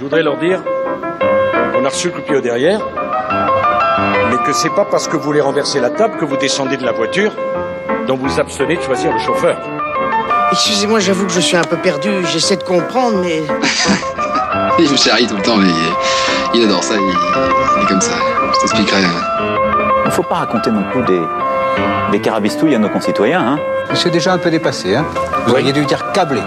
voudrais leur dire qu'on a reçu le coup de pied au derrière, mais que c'est pas parce que vous voulez renverser la table que vous descendez de la voiture, dont vous abstenez de choisir le chauffeur. Excusez-moi, j'avoue que je suis un peu perdu, j'essaie de comprendre, mais... Il me charrie tout le temps, mais il adore ça, il est comme ça. Je t'expliquerai. Il ne faut pas raconter non plus des carabistouilles à nos concitoyens. Hein. C'est déjà un peu dépassé, hein. Vous auriez dû dire câblé.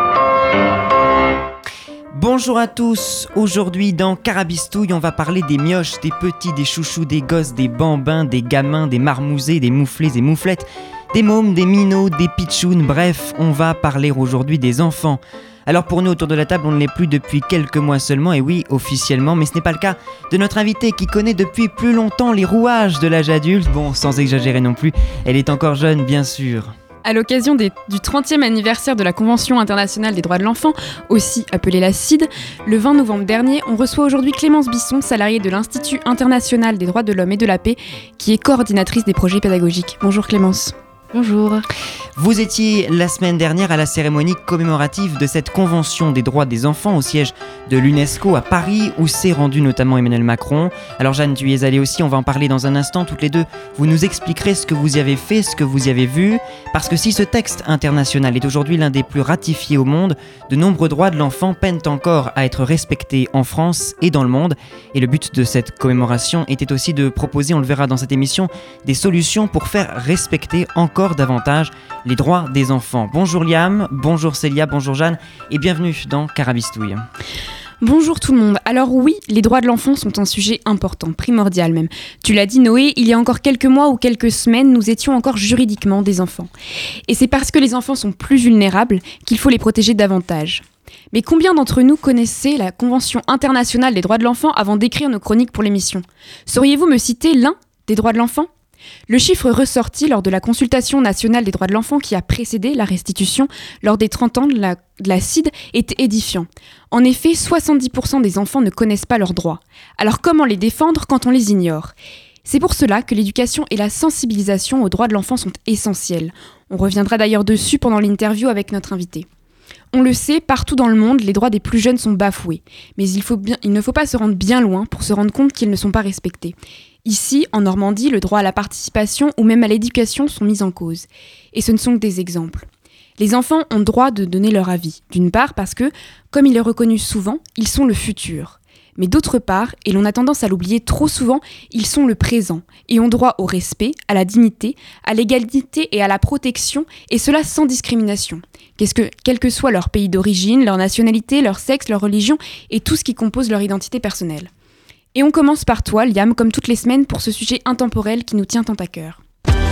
Bonjour à tous, aujourd'hui dans Carabistouille, on va parler des mioches, des petits, des chouchous, des gosses, des bambins, des gamins, des marmousés, des mouflés et mouflettes, des mômes, des minots, des pitchouns, bref, on va parler aujourd'hui des enfants. Alors pour nous autour de la table, on ne l'est plus depuis quelques mois seulement, et oui, officiellement, mais ce n'est pas le cas de notre invitée qui connaît depuis plus longtemps les rouages de l'âge adulte. Bon, sans exagérer non plus, elle est encore jeune, bien sûr. À l'occasion du 30e anniversaire de la Convention internationale des droits de l'enfant, aussi appelée la CIDE, le 20 novembre dernier, on reçoit aujourd'hui Clémence Bisson, salariée de l'Institut international des droits de l'homme et de la paix, qui est coordinatrice des projets pédagogiques. Bonjour Clémence. Bonjour. Vous étiez la semaine dernière à la cérémonie commémorative de cette Convention des droits des enfants au siège de l'UNESCO à Paris, où s'est rendu notamment Emmanuel Macron. Alors Jeanne, tu y es allée aussi, on va en parler dans un instant toutes les deux. Vous nous expliquerez ce que vous y avez fait, ce que vous y avez vu, parce que si ce texte international est aujourd'hui l'un des plus ratifiés au monde, de nombreux droits de l'enfant peinent encore à être respectés en France et dans le monde. Et le but de cette commémoration était aussi de proposer, on le verra dans cette émission, des solutions pour faire respecter encore davantage les droits des enfants. Bonjour Liam, bonjour Célia, bonjour Jeanne et bienvenue dans Carabistouille. Bonjour tout le monde. Alors oui, les droits de l'enfant sont un sujet important, primordial même. Tu l'as dit Noé, il y a encore quelques mois ou quelques semaines, nous étions encore juridiquement des enfants. Et c'est parce que les enfants sont plus vulnérables qu'il faut les protéger davantage. Mais combien d'entre nous connaissaient la Convention internationale des droits de l'enfant avant d'écrire nos chroniques pour l'émission ? Sauriez-vous me citer l'un des droits de l'enfant ? Le chiffre ressorti lors de la consultation nationale des droits de l'enfant qui a précédé la restitution lors des 30 ans de la CIDE était édifiant. En effet, 70% des enfants ne connaissent pas leurs droits. Alors comment les défendre quand on les ignore ? C'est pour cela que l'éducation et la sensibilisation aux droits de l'enfant sont essentielles. On reviendra d'ailleurs dessus pendant l'interview avec notre invité. On le sait, partout dans le monde, les droits des plus jeunes sont bafoués. Mais il ne faut pas se rendre bien loin pour se rendre compte qu'ils ne sont pas respectés. Ici, en Normandie, le droit à la participation ou même à l'éducation sont mis en cause. Et ce ne sont que des exemples. Les enfants ont droit de donner leur avis. D'une part parce que, comme il est reconnu souvent, ils sont le futur. Mais d'autre part, et l'on a tendance à l'oublier trop souvent, ils sont le présent et ont droit au respect, à la dignité, à l'égalité et à la protection, et cela sans discrimination. Quel que soit leur pays d'origine, leur nationalité, leur sexe, leur religion et tout ce qui compose leur identité personnelle. Et on commence par toi, Liam, comme toutes les semaines, pour ce sujet intemporel qui nous tient tant à cœur.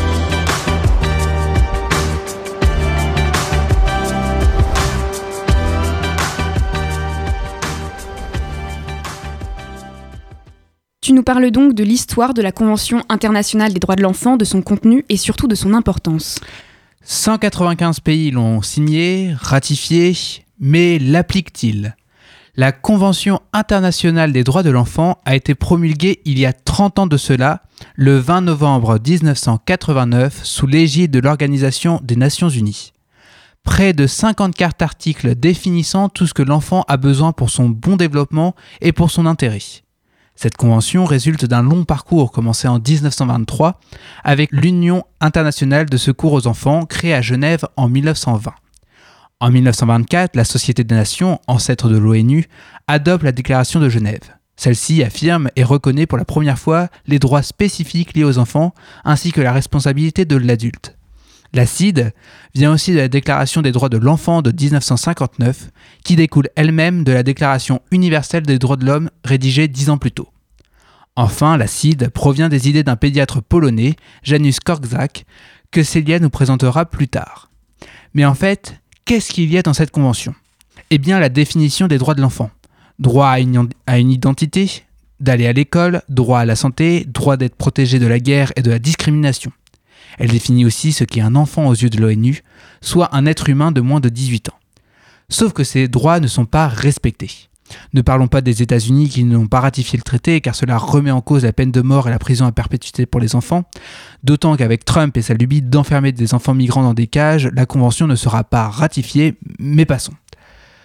Tu nous parles donc de l'histoire de la Convention internationale des droits de l'enfant, de son contenu et surtout de son importance. 195 pays l'ont signé, ratifié, mais l'appliquent-ils ? La Convention internationale des droits de l'enfant a été promulguée il y a 30 ans de cela, le 20 novembre 1989, sous l'égide de l'Organisation des Nations Unies. Près de 54 articles définissant tout ce que l'enfant a besoin pour son bon développement et pour son intérêt. Cette convention résulte d'un long parcours commencé en 1923 avec l'Union internationale de secours aux enfants créée à Genève en 1920. En 1924, la Société des Nations, ancêtre de l'ONU, adopte la Déclaration de Genève. Celle-ci affirme et reconnaît pour la première fois les droits spécifiques liés aux enfants ainsi que la responsabilité de l'adulte. La CIDE vient aussi de la Déclaration des droits de l'enfant de 1959, qui découle elle-même de la Déclaration universelle des droits de l'homme rédigée 10 ans plus tôt. Enfin, la CIDE provient des idées d'un pédiatre polonais, Janusz Korczak, que Célia nous présentera plus tard. Mais en fait, qu'est-ce qu'il y a dans cette convention ? Eh bien, la définition des droits de l'enfant. Droit à une identité, d'aller à l'école, droit à la santé, droit d'être protégé de la guerre et de la discrimination. Elle définit aussi ce qu'est un enfant aux yeux de l'ONU, soit un être humain de moins de 18 ans. Sauf que ces droits ne sont pas respectés. Ne parlons pas des États-Unis qui n'ont pas ratifié le traité car cela remet en cause la peine de mort et la prison à perpétuité pour les enfants, d'autant qu'avec Trump et sa lubie d'enfermer des enfants migrants dans des cages, la convention ne sera pas ratifiée, mais passons.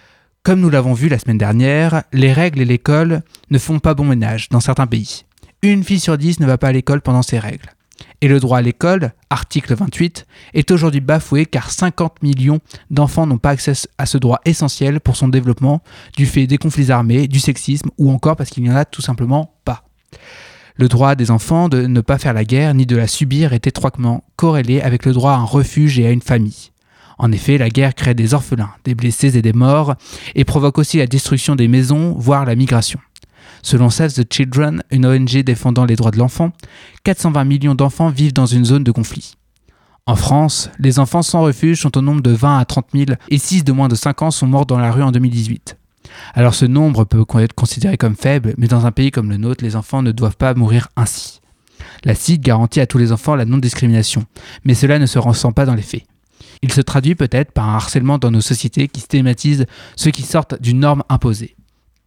Comme nous l'avons vu la semaine dernière, les règles et l'école ne font pas bon ménage dans certains pays. Une fille sur 10 ne va pas à l'école pendant ces règles. Et le droit à l'école, article 28, est aujourd'hui bafoué car 50 millions d'enfants n'ont pas accès à ce droit essentiel pour son développement du fait des conflits armés, du sexisme ou encore parce qu'il n'y en a tout simplement pas. Le droit des enfants de ne pas faire la guerre ni de la subir est étroitement corrélé avec le droit à un refuge et à une famille. En effet, la guerre crée des orphelins, des blessés et des morts et provoque aussi la destruction des maisons, voire la migration. Selon Save the Children, une ONG défendant les droits de l'enfant, 420 millions d'enfants vivent dans une zone de conflit. En France, les enfants sans refuge sont au nombre de 20 à 30 000 et 6 de moins de 5 ans sont morts dans la rue en 2018. Alors ce nombre peut être considéré comme faible, mais dans un pays comme le nôtre, les enfants ne doivent pas mourir ainsi. La CIDE garantit à tous les enfants la non-discrimination, mais cela ne se ressent pas dans les faits. Il se traduit peut-être par un harcèlement dans nos sociétés qui stigmatise ceux qui sortent d'une norme imposée.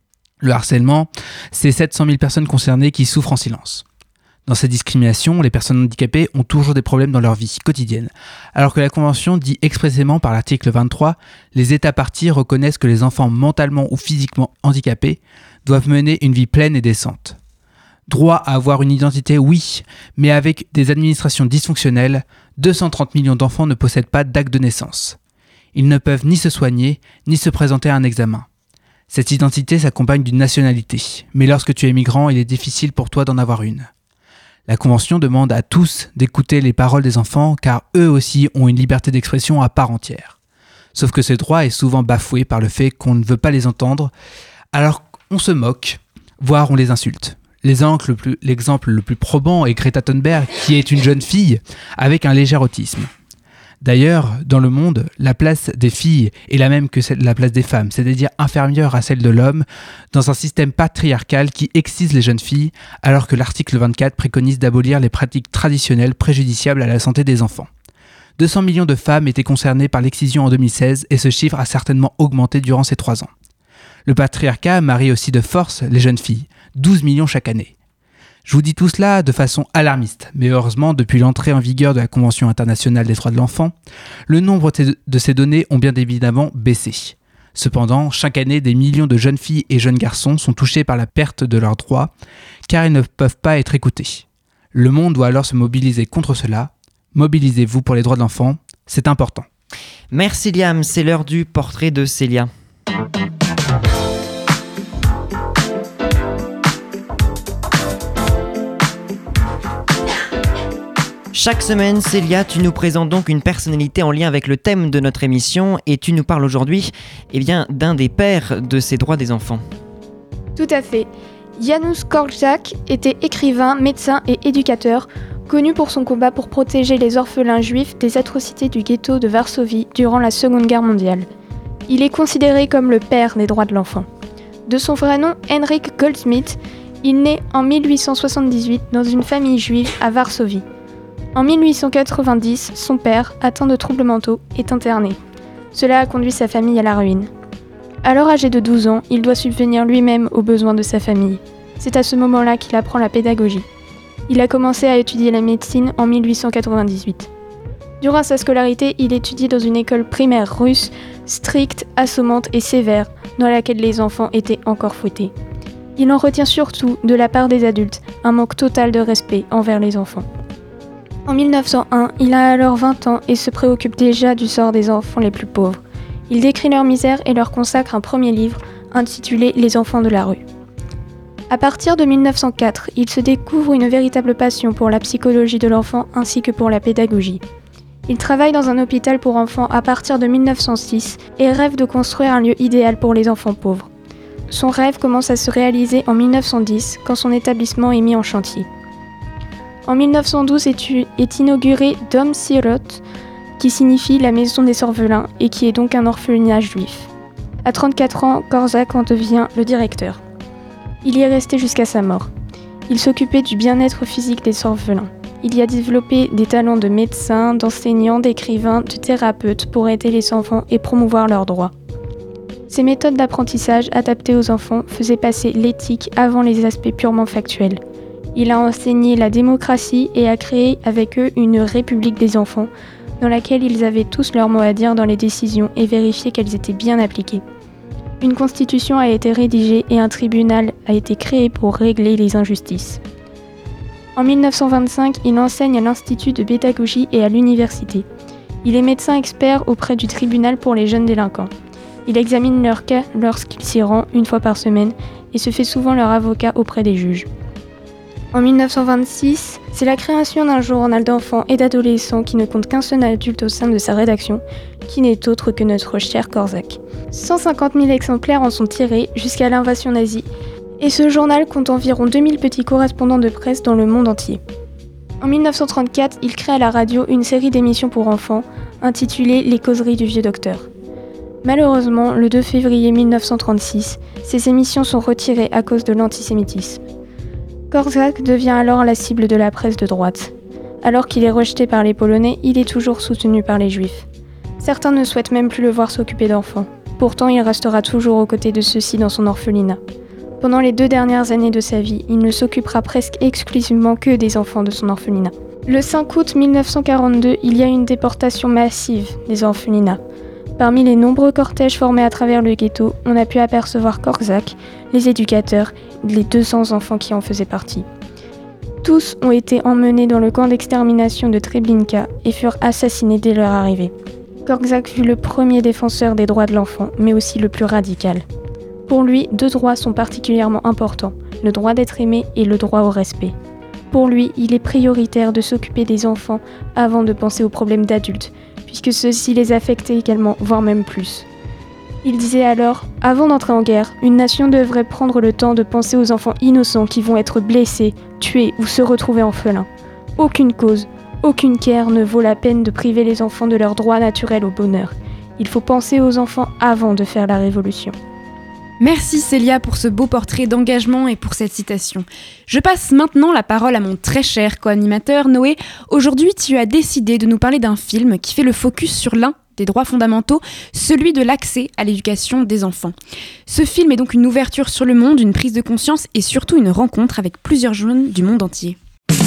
Le harcèlement, c'est 700 000 personnes concernées qui souffrent en silence. Dans cette discrimination, les personnes handicapées ont toujours des problèmes dans leur vie quotidienne, alors que la Convention dit expressément par l'article 23, les États parties reconnaissent que les enfants mentalement ou physiquement handicapés doivent mener une vie pleine et décente. Droit à avoir une identité, oui, mais avec des administrations dysfonctionnelles, 230 millions d'enfants ne possèdent pas d'acte de naissance. Ils ne peuvent ni se soigner, ni se présenter à un examen. Cette identité s'accompagne d'une nationalité, mais lorsque tu es migrant, il est difficile pour toi d'en avoir une. La Convention demande à tous d'écouter les paroles des enfants, car eux aussi ont une liberté d'expression à part entière. Sauf que ce droit est souvent bafoué par le fait qu'on ne veut pas les entendre, alors on se moque, voire on les insulte. L'exemple le plus probant est Greta Thunberg, qui est une jeune fille avec un léger autisme. D'ailleurs, dans le monde, la place des filles est la même que la place des femmes, c'est-à-dire inférieure à celle de l'homme, dans un système patriarcal qui excise les jeunes filles, alors que l'article 24 préconise d'abolir les pratiques traditionnelles préjudiciables à la santé des enfants. 200 millions de femmes étaient concernées par l'excision en 2016 et ce chiffre a certainement augmenté durant ces 3 ans. Le patriarcat marie aussi de force les jeunes filles, 12 millions chaque année. Je vous dis tout cela de façon alarmiste, mais heureusement, depuis l'entrée en vigueur de la Convention internationale des droits de l'enfant, le nombre de ces données ont bien évidemment baissé. Cependant, chaque année, des millions de jeunes filles et jeunes garçons sont touchés par la perte de leurs droits, car ils ne peuvent pas être écoutés. Le monde doit alors se mobiliser contre cela. Mobilisez-vous pour les droits de l'enfant, c'est important. Merci Liam, c'est l'heure du portrait de Célia. Chaque semaine, Célia, tu nous présentes donc une personnalité en lien avec le thème de notre émission et tu nous parles aujourd'hui d'un des pères de ces droits des enfants. Tout à fait. Janusz Korczak était écrivain, médecin et éducateur, connu pour son combat pour protéger les orphelins juifs des atrocités du ghetto de Varsovie durant la Seconde Guerre mondiale. Il est considéré comme le père des droits de l'enfant. De son vrai nom, Henryk Goldsmith, il naît en 1878 dans une famille juive à Varsovie. En 1890, son père, atteint de troubles mentaux, est interné. Cela a conduit sa famille à la ruine. Alors âgé de 12 ans, il doit subvenir lui-même aux besoins de sa famille. C'est à ce moment-là qu'il apprend la pédagogie. Il a commencé à étudier la médecine en 1898. Durant sa scolarité, il étudie dans une école primaire russe, stricte, assommante et sévère, dans laquelle les enfants étaient encore fouettés. Il en retient surtout, de la part des adultes, un manque total de respect envers les enfants. En 1901, il a alors 20 ans et se préoccupe déjà du sort des enfants les plus pauvres. Il décrit leur misère et leur consacre un premier livre, intitulé « Les enfants de la rue ». À partir de 1904, il se découvre une véritable passion pour la psychologie de l'enfant ainsi que pour la pédagogie. Il travaille dans un hôpital pour enfants à partir de 1906 et rêve de construire un lieu idéal pour les enfants pauvres. Son rêve commence à se réaliser en 1910 quand son établissement est mis en chantier. En 1912 est inauguré Dom Sirot, qui signifie la maison des orphelins et qui est donc un orphelinat juif. À 34 ans, Korczak en devient le directeur. Il y est resté jusqu'à sa mort. Il s'occupait du bien-être physique des orphelins. Il y a développé des talents de médecin, d'enseignant, d'écrivain, de thérapeute pour aider les enfants et promouvoir leurs droits. Ces méthodes d'apprentissage adaptées aux enfants faisaient passer l'éthique avant les aspects purement factuels. Il a enseigné la démocratie et a créé avec eux une république des enfants, dans laquelle ils avaient tous leur mot à dire dans les décisions et vérifié qu'elles étaient bien appliquées. Une constitution a été rédigée et un tribunal a été créé pour régler les injustices. En 1925, il enseigne à l'Institut de pédagogie et à l'université. Il est médecin expert auprès du tribunal pour les jeunes délinquants. Il examine leur cas lorsqu'il s'y rend une fois par semaine et se fait souvent leur avocat auprès des juges. En 1926, c'est la création d'un journal d'enfants et d'adolescents qui ne compte qu'un seul adulte au sein de sa rédaction, qui n'est autre que notre cher Korczak. 150 000 exemplaires en sont tirés jusqu'à l'invasion nazie, et ce journal compte environ 2000 petits correspondants de presse dans le monde entier. En 1934, il crée à la radio une série d'émissions pour enfants, intitulée Les causeries du vieux docteur. Malheureusement, le 2 février 1936, ces émissions sont retirées à cause de l'antisémitisme. Korczak devient alors la cible de la presse de droite. Alors qu'il est rejeté par les Polonais, il est toujours soutenu par les Juifs. Certains ne souhaitent même plus le voir s'occuper d'enfants. Pourtant, il restera toujours aux côtés de ceux-ci dans son orphelinat. Pendant les 2 dernières années de sa vie, il ne s'occupera presque exclusivement que des enfants de son orphelinat. Le 5 août 1942, il y a une déportation massive des orphelinats. Parmi les nombreux cortèges formés à travers le ghetto, on a pu apercevoir Korczak, les éducateurs, les 200 enfants qui en faisaient partie. Tous ont été emmenés dans le camp d'extermination de Treblinka et furent assassinés dès leur arrivée. Korczak fut le premier défenseur des droits de l'enfant, mais aussi le plus radical. Pour lui, 2 droits sont particulièrement importants, le droit d'être aimé et le droit au respect. Pour lui, il est prioritaire de s'occuper des enfants avant de penser aux problèmes d'adultes, puisque ceux-ci les affectaient également, voire même plus. Il disait alors « Avant d'entrer en guerre, une nation devrait prendre le temps de penser aux enfants innocents qui vont être blessés, tués ou se retrouver orphelins. Aucune cause, aucune guerre ne vaut la peine de priver les enfants de leur droit naturel au bonheur. Il faut penser aux enfants avant de faire la révolution. » Merci Célia pour ce beau portrait d'engagement et pour cette citation. Je passe maintenant la parole à mon très cher co-animateur Noé. Aujourd'hui, tu as décidé de nous parler d'un film qui fait le focus sur l'un des droits fondamentaux, celui de l'accès à l'éducation des enfants. Ce film est donc une ouverture sur le monde, une prise de conscience et surtout une rencontre avec plusieurs jeunes du monde entier.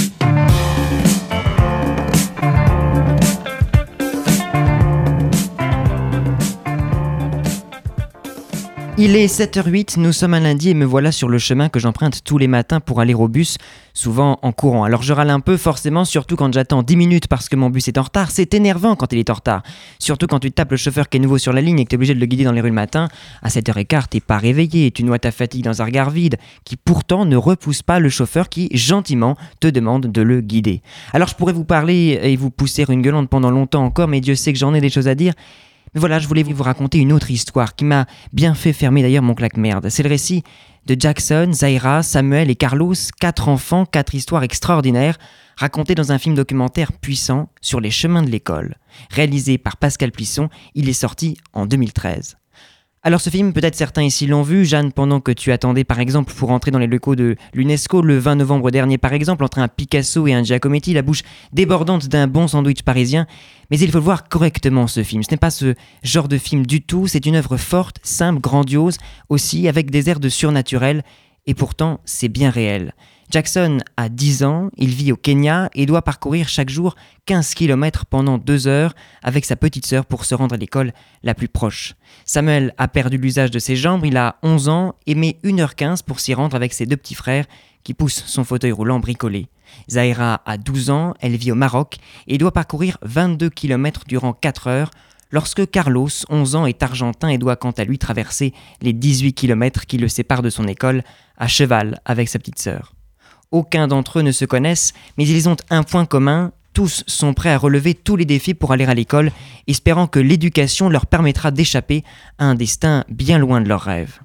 Il est 7h08, nous sommes un lundi et me voilà sur le chemin que j'emprunte tous les matins pour aller au bus, souvent en courant. Alors je râle un peu forcément, surtout quand j'attends 10 minutes parce que mon bus est en retard. C'est énervant quand il est en retard. Surtout quand tu tapes le chauffeur qui est nouveau sur la ligne et que tu es obligé de le guider dans les rues le matin. À 7h15, t'es pas réveillé, tu noies ta fatigue dans un regard vide, qui pourtant ne repousse pas le chauffeur qui, gentiment, te demande de le guider. Alors je pourrais vous parler et vous pousser une gueulante pendant longtemps encore, mais Dieu sait que j'en ai des choses à dire. Mais voilà, je voulais vous raconter une autre histoire qui m'a bien fait fermer d'ailleurs mon claque-merde. C'est le récit de Jackson, Zaira, Samuel et Carlos, 4 enfants, 4 histoires extraordinaires, racontées dans un film documentaire puissant sur les chemins de l'école. Réalisé par Pascal Plisson, il est sorti en 2013. Alors ce film, peut-être certains ici l'ont vu, Jeanne, pendant que tu attendais par exemple pour entrer dans les locaux de l'UNESCO le 20 novembre dernier par exemple, entre un Picasso et un Giacometti, la bouche débordante d'un bon sandwich parisien. Mais il faut le voir correctement ce film, ce n'est pas ce genre de film du tout, c'est une œuvre forte, simple, grandiose, aussi avec des airs de surnaturel, et pourtant c'est bien réel. Jackson a 10 ans, il vit au Kenya et doit parcourir chaque jour 15 km pendant 2 heures avec sa petite sœur pour se rendre à l'école la plus proche. Samuel a perdu l'usage de ses jambes, il a 11 ans et met 1h15 pour s'y rendre avec ses 2 petits frères qui poussent son fauteuil roulant bricolé. Zaira a 12 ans, elle vit au Maroc et doit parcourir 22 km durant 4 heures lorsque Carlos, 11 ans, est argentin et doit quant à lui traverser les 18 km qui le séparent de son école à cheval avec sa petite sœur. Aucun d'entre eux ne se connaissent, mais ils ont un point commun, tous sont prêts à relever tous les défis pour aller à l'école, espérant que l'éducation leur permettra d'échapper à un destin bien loin de leurs rêves.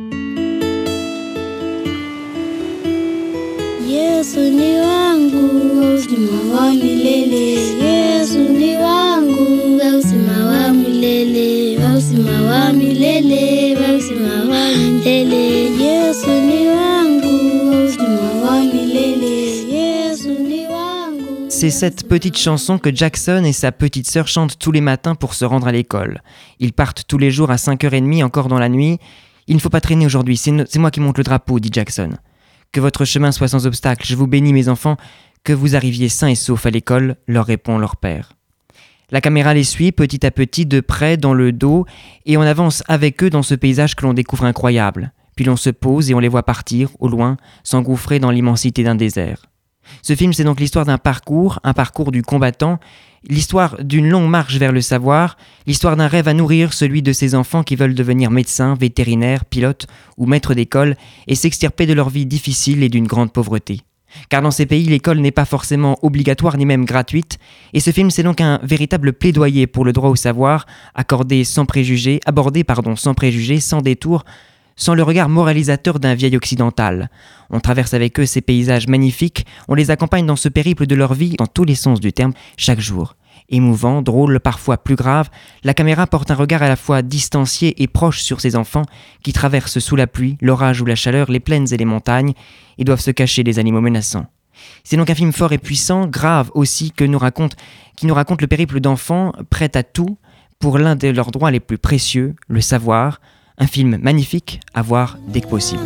Yesu ni wangu, uzima wa milele. Yesu ni wangu, uzima wa milele, uzima wa milele, uzima wa milele. Yesu ni wangu, uzima wa milele. Yesu ni wangu. C'est cette petite chanson que Jackson et sa petite sœur chantent tous les matins pour se rendre à l'école. Ils partent tous les jours à 5h30, encore dans la nuit. Il ne faut pas traîner aujourd'hui, c'est moi qui monte le drapeau, dit Jackson. Que votre chemin soit sans obstacle, je vous bénis mes enfants, que vous arriviez sains et saufs à l'école, leur répond leur père. La caméra les suit petit à petit, de près, dans le dos, et on avance avec eux dans ce paysage que l'on découvre incroyable. Puis l'on se pose et on les voit partir, au loin, s'engouffrer dans l'immensité d'un désert. Ce film, c'est donc l'histoire d'un parcours, un parcours du combattant, l'histoire d'une longue marche vers le savoir, l'histoire d'un rêve à nourrir, celui de ces enfants qui veulent devenir médecins, vétérinaires, pilotes ou maîtres d'école et s'extirper de leur vie difficile et d'une grande pauvreté. Car dans ces pays, l'école n'est pas forcément obligatoire ni même gratuite, et ce film c'est donc un véritable plaidoyer pour le droit au savoir, abordé sans préjugés, sans détour, sans le regard moralisateur d'un vieil occidental. On traverse avec eux ces paysages magnifiques, on les accompagne dans ce périple de leur vie, dans tous les sens du terme, chaque jour. Émouvant, drôle, parfois plus grave, la caméra porte un regard à la fois distancié et proche sur ces enfants qui traversent sous la pluie, l'orage ou la chaleur, les plaines et les montagnes, et doivent se cacher des animaux menaçants. C'est donc un film fort et puissant, grave aussi, qui nous raconte le périple d'enfants prêts à tout pour l'un de leurs droits les plus précieux, le savoir. Un film magnifique à voir dès que possible.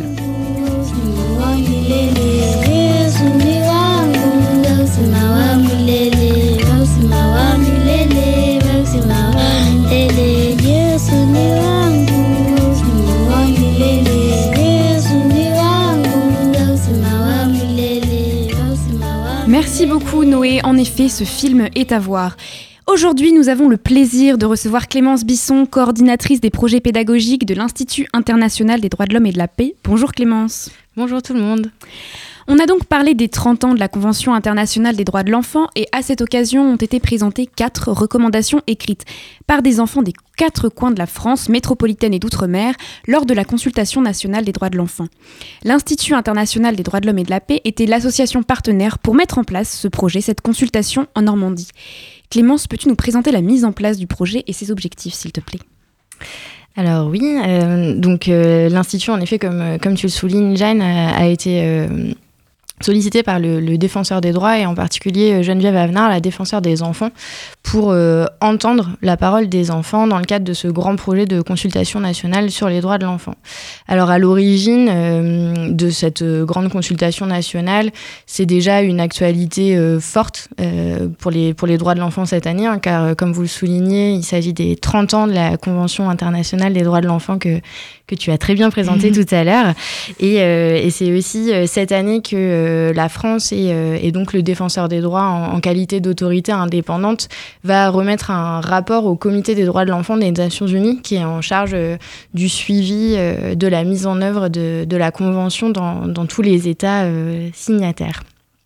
Merci beaucoup Noé, en effet ce film est à voir. Aujourd'hui, nous avons le plaisir de recevoir Clémence Bisson, coordinatrice des projets pédagogiques de l'Institut international des droits de l'homme et de la paix. Bonjour Clémence. Bonjour tout le monde. On a donc parlé des 30 ans de la Convention internationale des droits de l'enfant et à cette occasion ont été présentées 4 recommandations écrites par des enfants des 4 coins de la France métropolitaine et d'outre-mer lors de la consultation nationale des droits de l'enfant. L'Institut international des droits de l'homme et de la paix était l'association partenaire pour mettre en place ce projet, cette consultation en Normandie. Clémence, peux-tu nous présenter la mise en place du projet et ses objectifs, s'il te plaît ? Alors oui, l'Institut, en effet, comme tu le soulignes, Jeanne, a été sollicité par le défenseur des droits et en particulier Geneviève Avenard, la défenseure des enfants, pour entendre la parole des enfants dans le cadre de ce grand projet de consultation nationale sur les droits de l'enfant. Alors à l'origine de cette grande consultation nationale, c'est déjà une actualité forte pour les droits de l'enfant cette année, car comme vous le soulignez, il s'agit des 30 ans de la Convention internationale des droits de l'enfant que tu as très bien présenté tout à l'heure. Et c'est aussi cette année que la France et donc le défenseur des droits en qualité d'autorité indépendante va remettre un rapport au Comité des droits de l'enfant des Nations Unies qui est en charge du suivi de la mise en œuvre de la Convention dans tous les États signataires.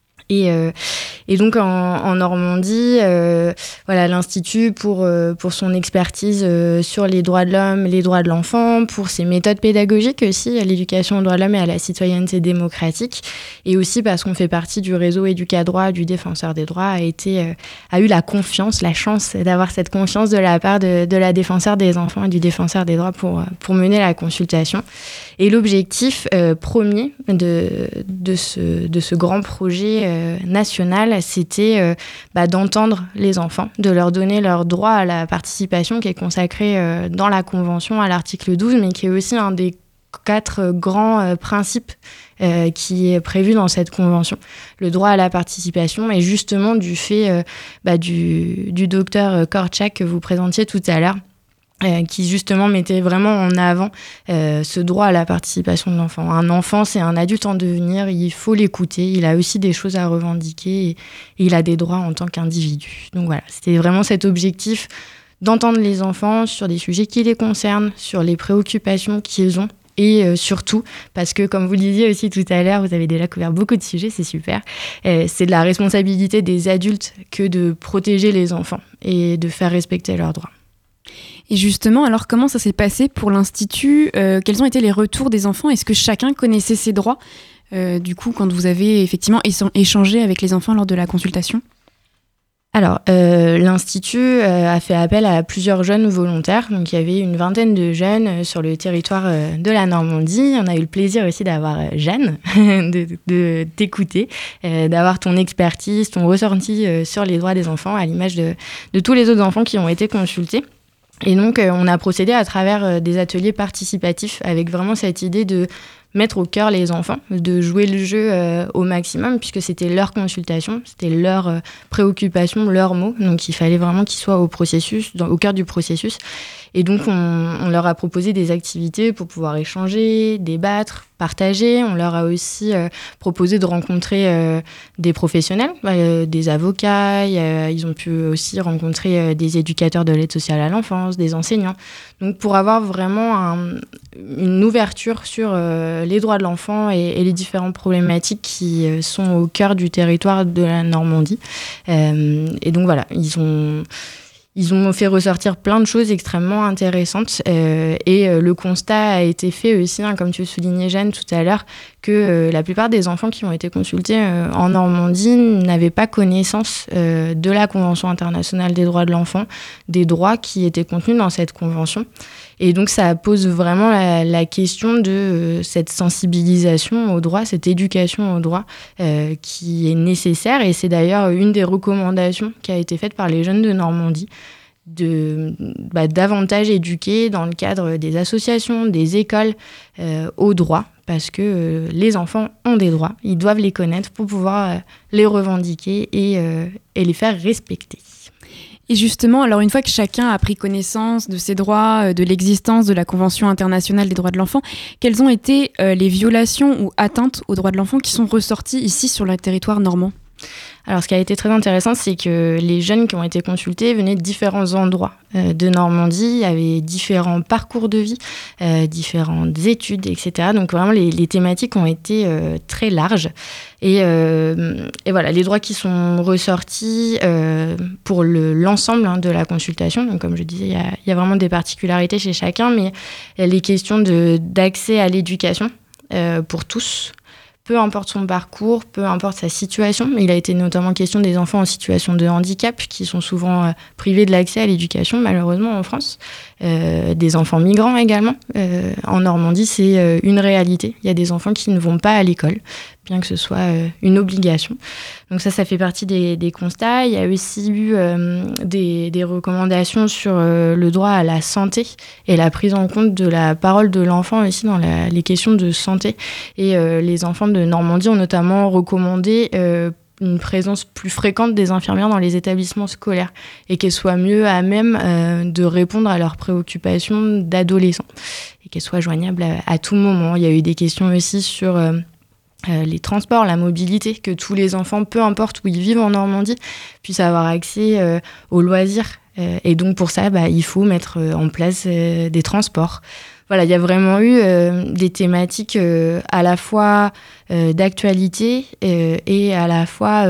Et donc en Normandie, l'Institut pour son expertise sur les droits de l'homme, les droits de l'enfant, pour ses méthodes pédagogiques aussi à l'éducation aux droits de l'homme et à la citoyenneté démocratique, et aussi parce qu'on fait partie du réseau Éducadroit du défenseur des droits, a eu la confiance, la chance d'avoir cette confiance de la part de la défenseure des enfants et du défenseur des droits pour mener la consultation. Et l'objectif premier de ce grand projet national, c'était d'entendre les enfants, de leur donner leur droit à la participation qui est consacré dans la Convention à l'article 12, mais qui est aussi un des 4 grands principes qui est prévu dans cette Convention. Le droit à la participation est justement du fait du docteur Korczak que vous présentiez tout à l'heure, qui justement mettait vraiment en avant ce droit à la participation de l'enfant. Un enfant, c'est un adulte en devenir, il faut l'écouter, il a aussi des choses à revendiquer et il a des droits en tant qu'individu. Donc voilà, c'était vraiment cet objectif d'entendre les enfants sur des sujets qui les concernent, sur les préoccupations qu'ils ont. Et surtout, parce que comme vous le disiez aussi tout à l'heure, vous avez déjà couvert beaucoup de sujets, c'est super, c'est de la responsabilité des adultes que de protéger les enfants et de faire respecter leurs droits. Et justement, alors comment ça s'est passé pour l'Institut ? Quels ont été les retours des enfants ? Est-ce que chacun connaissait ses droits, du coup, quand vous avez effectivement échangé avec les enfants lors de la consultation ? Alors, l'Institut a fait appel à plusieurs jeunes volontaires. Donc, il y avait une vingtaine de jeunes sur le territoire de la Normandie. On a eu le plaisir aussi d'avoir Jeanne, de t'écouter, d'avoir ton expertise, ton ressenti sur les droits des enfants, à l'image de tous les autres enfants qui ont été consultés. Et donc, on a procédé à travers des ateliers participatifs avec vraiment cette idée de mettre au cœur les enfants, de jouer le jeu au maximum, puisque c'était leur consultation, c'était leur préoccupation, leurs mots. Donc il fallait vraiment qu'ils soient au cœur du processus. Et donc on leur a proposé des activités pour pouvoir échanger, débattre, partager. On leur a aussi proposé de rencontrer des professionnels, des avocats. Ils ont pu aussi rencontrer des éducateurs de l'aide sociale à l'enfance, des enseignants. Donc pour avoir vraiment une ouverture sur les droits de l'enfant et les différentes problématiques qui sont au cœur du territoire de la Normandie. Et donc voilà, ils ont fait ressortir plein de choses extrêmement intéressantes et le constat a été fait aussi, comme tu le soulignais Jeanne tout à l'heure, que la plupart des enfants qui ont été consultés en Normandie n'avaient pas connaissance de la Convention internationale des droits de l'enfant, des droits qui étaient contenus dans cette convention. Et donc ça pose vraiment la question de cette sensibilisation aux droits, cette éducation aux droits qui est nécessaire. Et c'est d'ailleurs une des recommandations qui a été faite par les jeunes de Normandie, davantage éduquer dans le cadre des associations, des écoles aux droits, parce que les enfants ont des droits, ils doivent les connaître pour pouvoir les revendiquer et les faire respecter. Et justement, alors une fois que chacun a pris connaissance de ses droits, de l'existence de la Convention internationale des droits de l'enfant, quelles ont été les violations ou atteintes aux droits de l'enfant qui sont ressorties ici sur le territoire normand ? Alors, ce qui a été très intéressant, c'est que les jeunes qui ont été consultés venaient de différents endroits de Normandie, avaient différents parcours de vie, différentes études, etc. Donc, vraiment, les thématiques ont été très larges. Et voilà, les droits qui sont ressortis pour l'ensemble de la consultation. Donc, comme je disais, il y a vraiment des particularités chez chacun, mais les questions d'accès à l'éducation pour tous, peu importe son parcours, peu importe sa situation. Il a été notamment question des enfants en situation de handicap qui sont souvent privés de l'accès à l'éducation, malheureusement, en France. Des enfants migrants également. En Normandie, c'est une réalité. Il y a des enfants qui ne vont pas à l'école, bien que ce soit une obligation. Donc ça fait partie des constats. Il y a aussi eu des recommandations sur le droit à la santé et la prise en compte de la parole de l'enfant aussi dans les questions de santé. Et les enfants de Normandie ont notamment recommandé une présence plus fréquente des infirmières dans les établissements scolaires et qu'elles soient mieux à même de répondre à leurs préoccupations d'adolescents et qu'elles soient joignables à tout moment. Il y a eu des questions aussi sur les transports, la mobilité, que tous les enfants, peu importe où ils vivent en Normandie, puissent avoir accès aux loisirs. Et donc pour ça, il faut mettre en place des transports. Voilà, il y a vraiment eu des thématiques à la fois d'actualité et à la fois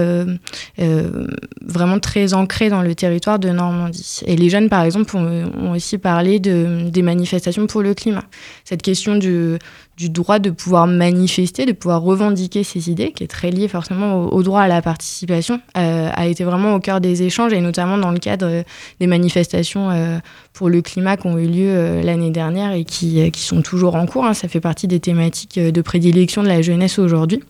vraiment très ancrées dans le territoire de Normandie. Et les jeunes, par exemple, ont aussi parlé des manifestations pour le climat. Cette question du droit de pouvoir manifester, de pouvoir revendiquer ses idées, qui est très lié forcément au droit à la participation, a été vraiment au cœur des échanges, et notamment dans le cadre des manifestations pour le climat qui ont eu lieu l'année dernière et qui sont toujours en cours. Ça fait partie des thématiques de prédilection de la jeunesse aujourd'hui.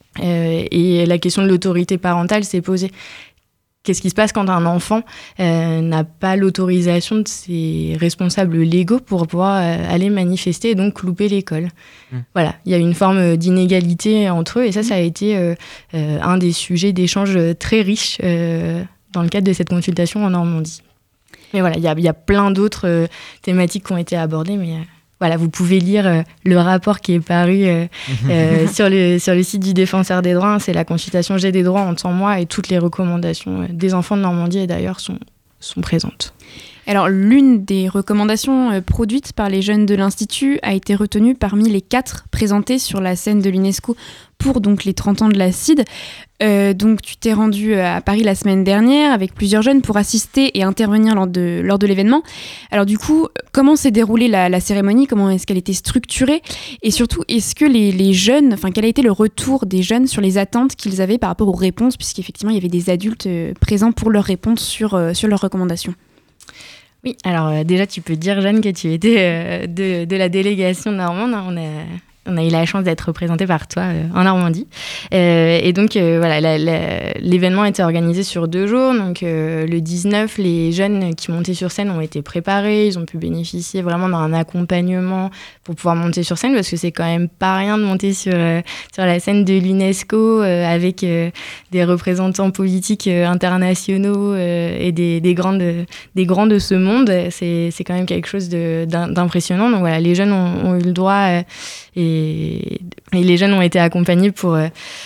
Et la question de l'autorité parentale s'est posée. Qu'est-ce qui se passe quand un enfant n'a pas l'autorisation de ses responsables légaux pour pouvoir aller manifester et donc louper l'école ? Voilà, il y a une forme d'inégalité entre eux, et ça a été un des sujets d'échange très riches dans le cadre de cette consultation en Normandie. Mais voilà, il y a plein d'autres thématiques qui ont été abordées, mais voilà, vous pouvez lire le rapport qui est paru sur le site du Défenseur des droits. C'est la consultation J'ai des droits en 100 mois, et toutes les recommandations des enfants de Normandie d'ailleurs sont présentes. Alors, l'une des recommandations produites par les jeunes de l'Institut a été retenue parmi les 4 présentées sur la scène de l'UNESCO pour donc les 30 ans de la CIDE. Donc, tu t'es rendu à Paris la semaine dernière avec plusieurs jeunes pour assister et intervenir lors de l'événement. Alors du coup, comment s'est déroulée la cérémonie ? Comment est-ce qu'elle était structurée ? Et surtout, est-ce que les jeunes, quel a été le retour des jeunes sur les attentes qu'ils avaient par rapport aux réponses, puisqu'effectivement, il y avait des adultes présents pour leurs réponses sur leurs recommandations ? Oui, alors déjà, tu peux dire, Jeanne, que tu étais de la délégation normande. on a eu la chance d'être représenté par toi en Normandie. Et donc, voilà, l'événement était organisé sur 2 jours. Donc, le 19, les jeunes qui montaient sur scène ont été préparés. Ils ont pu bénéficier vraiment d'un accompagnement pour pouvoir monter sur scène, parce que c'est quand même pas rien de monter sur la scène de l'UNESCO avec des représentants politiques internationaux et des grands de ce monde. C'est quand même quelque chose d'impressionnant. Donc voilà, les jeunes ont eu le droit et les jeunes ont été accompagnés pour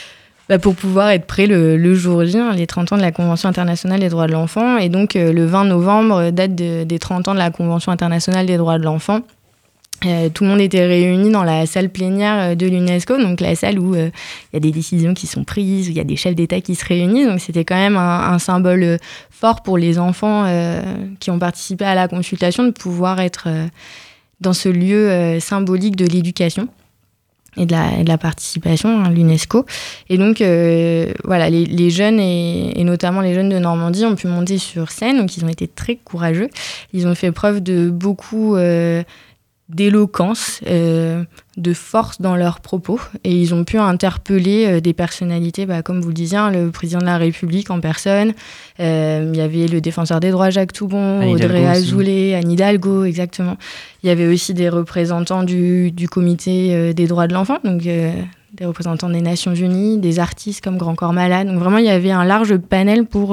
pouvoir être prêts le jour J, les 30 ans de la Convention internationale des droits de l'enfant. Et donc le 20 novembre, date des 30 ans de la Convention internationale des droits de l'enfant. Tout le monde était réuni dans la salle plénière de l'UNESCO, donc la salle où il y a des décisions qui sont prises, où il y a des chefs d'État qui se réunissent. Donc c'était quand même un symbole fort pour les enfants qui ont participé à la consultation de pouvoir être dans ce lieu symbolique de l'éducation et de la participation à l'UNESCO. Et donc, voilà, les jeunes, et notamment les jeunes de Normandie, ont pu monter sur scène. Donc, ils ont été très courageux. Ils ont fait preuve de beaucoup d'éloquence, de force dans leurs propos. Et ils ont pu interpeller des personnalités, comme vous le disiez, le président de la République en personne. Il y avait le défenseur des droits, Jacques Toubon, Audrey Azoulay, Anne Hidalgo, exactement. Il y avait aussi des représentants du comité des droits de l'enfant, donc des représentants des Nations Unies, des artistes comme Grand Corps Malade. Donc vraiment, il y avait un large panel pour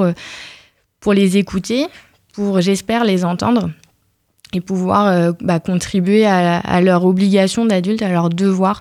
les écouter, pour, j'espère, les entendre et pouvoir contribuer à leur obligation d'adulte, à leur devoir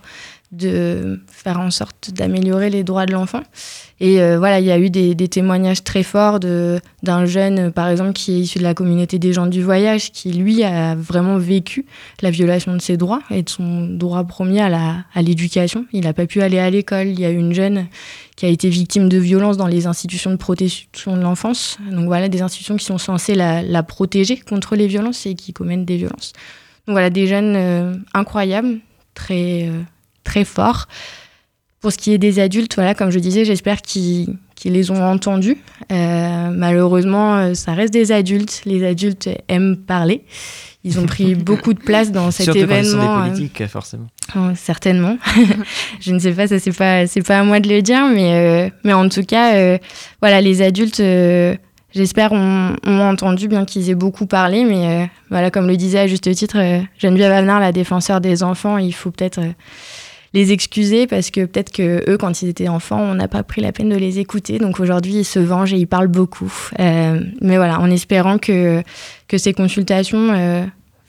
de faire en sorte d'améliorer les droits de l'enfant. Et voilà, il y a eu des témoignages très forts d'un jeune, par exemple, qui est issu de la communauté des gens du voyage, qui, lui, a vraiment vécu la violation de ses droits et de son droit premier à l'éducation. Il n'a pas pu aller à l'école. Il y a eu une jeune qui a été victime de violences dans les institutions de protection de l'enfance. Donc voilà, des institutions qui sont censées la protéger contre les violences et qui commettent des violences. Donc voilà, des jeunes incroyables, très, très forts. Pour ce qui est des adultes, voilà, comme je disais, j'espère qu'ils les ont entendus. Malheureusement, ça reste des adultes. Les adultes aiment parler. Ils ont pris beaucoup de place dans cet Surtout événement. Surtout quand ils sont des politiques, forcément. Certainement. Je ne sais pas, ça c'est pas à moi de le dire, mais en tout cas, voilà, les adultes, j'espère, ont entendu, bien qu'ils aient beaucoup parlé. Mais voilà, comme le disait à juste titre Geneviève Avenard, la défenseure des enfants, il faut peut-être les excuser parce que peut-être que eux, quand ils étaient enfants, on n'a pas pris la peine de les écouter. Donc aujourd'hui, ils se vengent et ils parlent beaucoup. Mais voilà, en espérant que cette consultation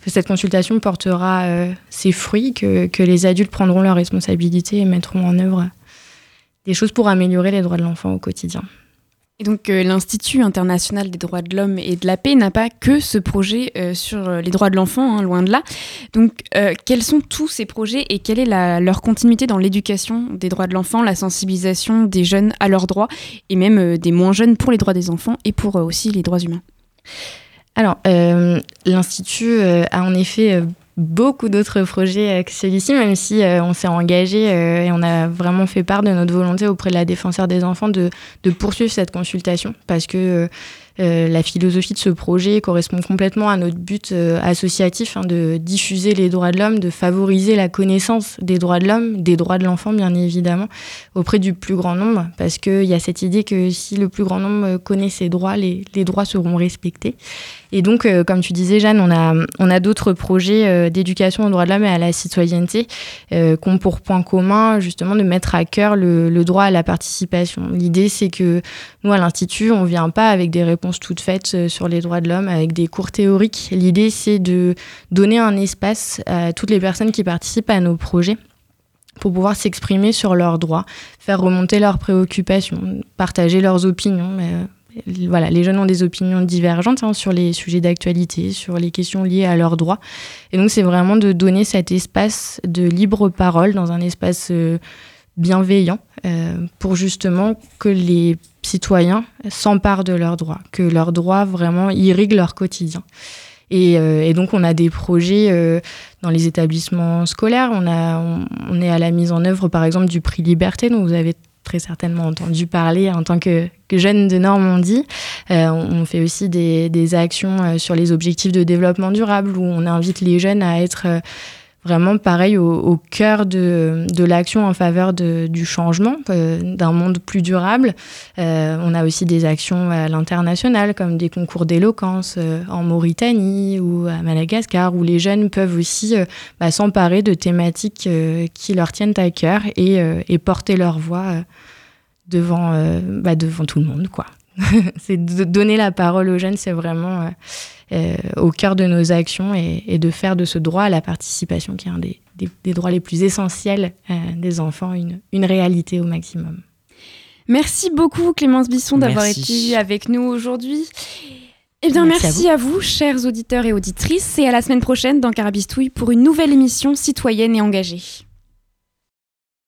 portera ses fruits, que les adultes prendront leurs responsabilités et mettront en œuvre des choses pour améliorer les droits de l'enfant au quotidien. Et donc l'Institut international des droits de l'homme et de la paix n'a pas que ce projet sur les droits de l'enfant, loin de là. Donc quels sont tous ces projets et quelle est leur continuité dans l'éducation des droits de l'enfant, la sensibilisation des jeunes à leurs droits et même des moins jeunes pour les droits des enfants et pour aussi les droits humains? Alors, l'Institut a en effet beaucoup d'autres projets que celui-ci, même si on s'est engagé et on a vraiment fait part de notre volonté auprès de la défenseure des enfants de poursuivre cette consultation, parce que la philosophie de ce projet correspond complètement à notre but associatif, de diffuser les droits de l'homme, de favoriser la connaissance des droits de l'homme, des droits de l'enfant bien évidemment, auprès du plus grand nombre, parce qu'il y a cette idée que si le plus grand nombre connaît ses droits, les droits seront respectés. Et donc, comme tu disais, Jeanne, on a d'autres projets d'éducation aux droits de l'homme et à la citoyenneté qui ont pour point commun justement de mettre à cœur le droit à la participation. L'idée, c'est que nous, à l'Institut, on ne vient pas avec des réponses toutes faites sur les droits de l'homme, avec des cours théoriques. L'idée, c'est de donner un espace à toutes les personnes qui participent à nos projets pour pouvoir s'exprimer sur leurs droits, faire remonter leurs préoccupations, partager leurs opinions. Voilà, les jeunes ont des opinions divergentes sur les sujets d'actualité, sur les questions liées à leurs droits. Et donc, c'est vraiment de donner cet espace de libre parole dans un espace bienveillant pour justement que les citoyens s'emparent de leurs droits, que leurs droits vraiment irriguent leur quotidien. Et donc, on a des projets dans les établissements scolaires. On est à la mise en œuvre, par exemple, du prix Liberté, dont vous avez très certainement entendu parler en tant que jeune de Normandie. On fait aussi des actions sur les objectifs de développement durable où on invite les jeunes à être vraiment pareil au cœur de l'action en faveur du changement, d'un monde plus durable. On a aussi des actions à l'international comme des concours d'éloquence en Mauritanie ou à Madagascar où les jeunes peuvent aussi s'emparer de thématiques qui leur tiennent à cœur et porter leur voix devant tout le monde, quoi. C'est de donner la parole aux jeunes, c'est vraiment au cœur de nos actions et de faire de ce droit à la participation, qui est un des droits les plus essentiels des enfants, une réalité au maximum. Merci beaucoup Clémence Bisson d'avoir été avec nous aujourd'hui. Eh bien, merci à vous, chers auditeurs et auditrices, et à la semaine prochaine dans Carabistouille pour une nouvelle émission citoyenne et engagée.